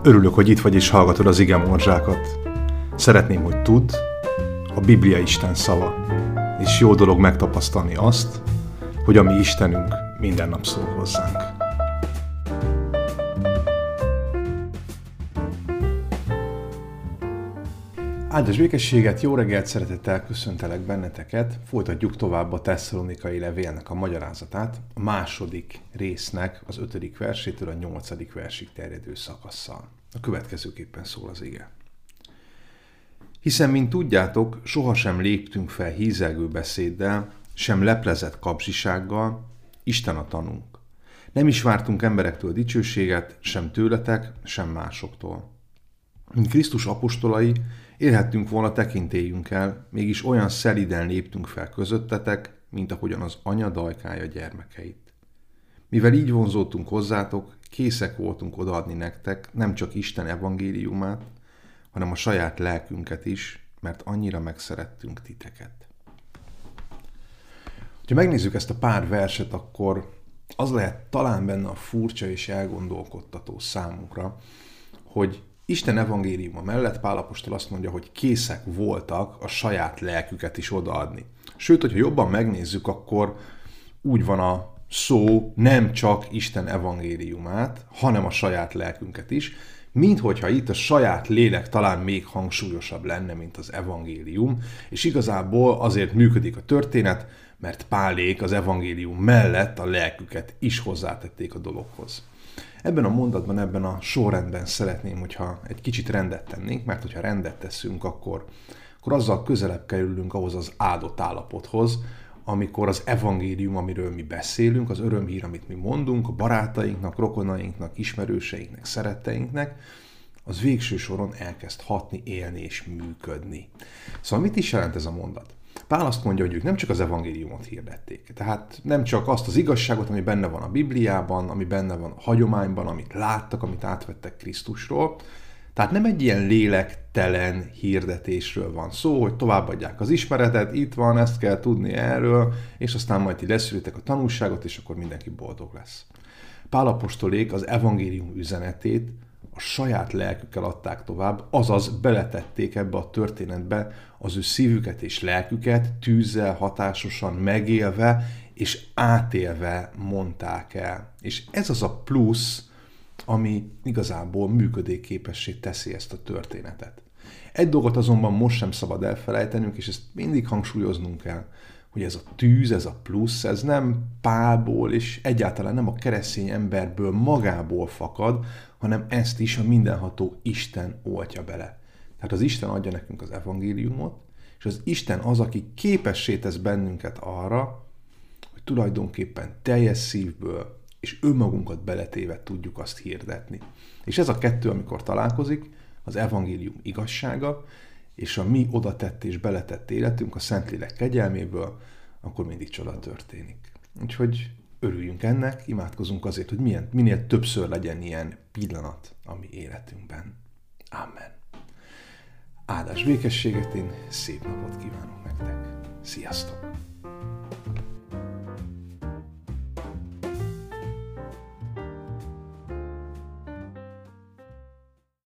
Örülök, hogy itt vagy és hallgatod az ige morzsákat. Szeretném, hogy tudd, a Biblia Isten szava, és jó dolog megtapasztalni azt, hogy a mi Istenünk minden nap szól hozzánk. Áldás békességet, jó reggelt, szeretettel köszöntelek benneteket. Folytatjuk tovább a Tesszalonikai levélnek a magyarázatát, a második résznek az 5. versétől a 8. versig terjedő szakasszal. A következőképpen szól az ige. Hiszen, mint tudjátok, sohasem léptünk fel hízelgő beszéddel, sem leplezett kapzsisággal, Isten a tanunk. Nem is vártunk emberektől dicsőséget, sem tőletek, sem másoktól. Mint Krisztus apostolai, élhettünk volna tekintélyünkkel, mégis olyan szelíden léptünk fel közöttetek, mint ahogyan az anya dajkálja gyermekeit. Mivel így vonzódtunk hozzátok, készek voltunk odaadni nektek nem csak Isten evangéliumát, hanem a saját lelkünket is, mert annyira megszerettünk titeket. Ha megnézzük ezt a pár verset, akkor az lehet talán benne a furcsa és elgondolkodtató számunkra, hogy Isten evangéliuma mellett Pál apostol azt mondja, hogy készek voltak a saját lelküket is odaadni. Sőt, hogyha jobban megnézzük, akkor úgy van a szó nem csak Isten evangéliumát, hanem a saját lelkünket is, minthogyha itt a saját lélek talán még hangsúlyosabb lenne, mint az evangélium, és igazából azért működik a történet, mert Pálék az evangélium mellett a lelküket is hozzátették a dologhoz. Ebben a mondatban, ebben a sorrendben szeretném, hogyha egy kicsit rendet tennénk, mert hogyha rendet teszünk, akkor azzal közelebb kerülünk ahhoz az áldott állapothoz, amikor az evangélium, amiről mi beszélünk, az örömhír, amit mi mondunk, a barátainknak, rokonainknak, ismerőseinknek, szeretteinknek, az végső soron elkezd hatni, élni és működni. Szóval mit is jelent ez a mondat? Pál azt mondja, hogy ők nem csak az evangéliumot hirdették, tehát nem csak azt az igazságot, ami benne van a Bibliában, ami benne van a hagyományban, amit láttak, amit átvettek Krisztusról. Tehát nem egy ilyen lélektelen hirdetésről van szó, hogy továbbadják az ismeretet, itt van, ezt kell tudni erről, és aztán majd ti leszűritek a tanulságot, és akkor mindenki boldog lesz. Pál apostolék az evangélium üzenetét a saját lelkükkel adták tovább, azaz beletették ebbe a történetbe az ő szívüket és lelküket, tűzzel, hatásosan megélve és átélve mondták el. És ez az a plusz, ami igazából működőképessé teszi ezt a történetet. Egy dolgot azonban most sem szabad elfelejtenünk, és ezt mindig hangsúlyoznunk kell, hogy ez a tűz, ez a plusz, ez nem Pálból, és egyáltalán nem a keresztény emberből magából fakad, hanem ezt is a mindenható Isten oltja bele. Tehát az Isten adja nekünk az evangéliumot, és az Isten az, aki képessé tesz bennünket arra, hogy tulajdonképpen teljes szívből és önmagunkat beletéve tudjuk azt hirdetni. És ez a kettő, amikor találkozik, az evangélium igazsága, és a mi odatett és beletett életünk a Szentlélek kegyelméből, akkor mindig csoda történik. Úgyhogy örüljünk ennek, imádkozunk azért, hogy minél többször legyen ilyen pillanat a mi életünkben. Amen. Áldás békességet, én szép napot kívánok nektek. Sziasztok!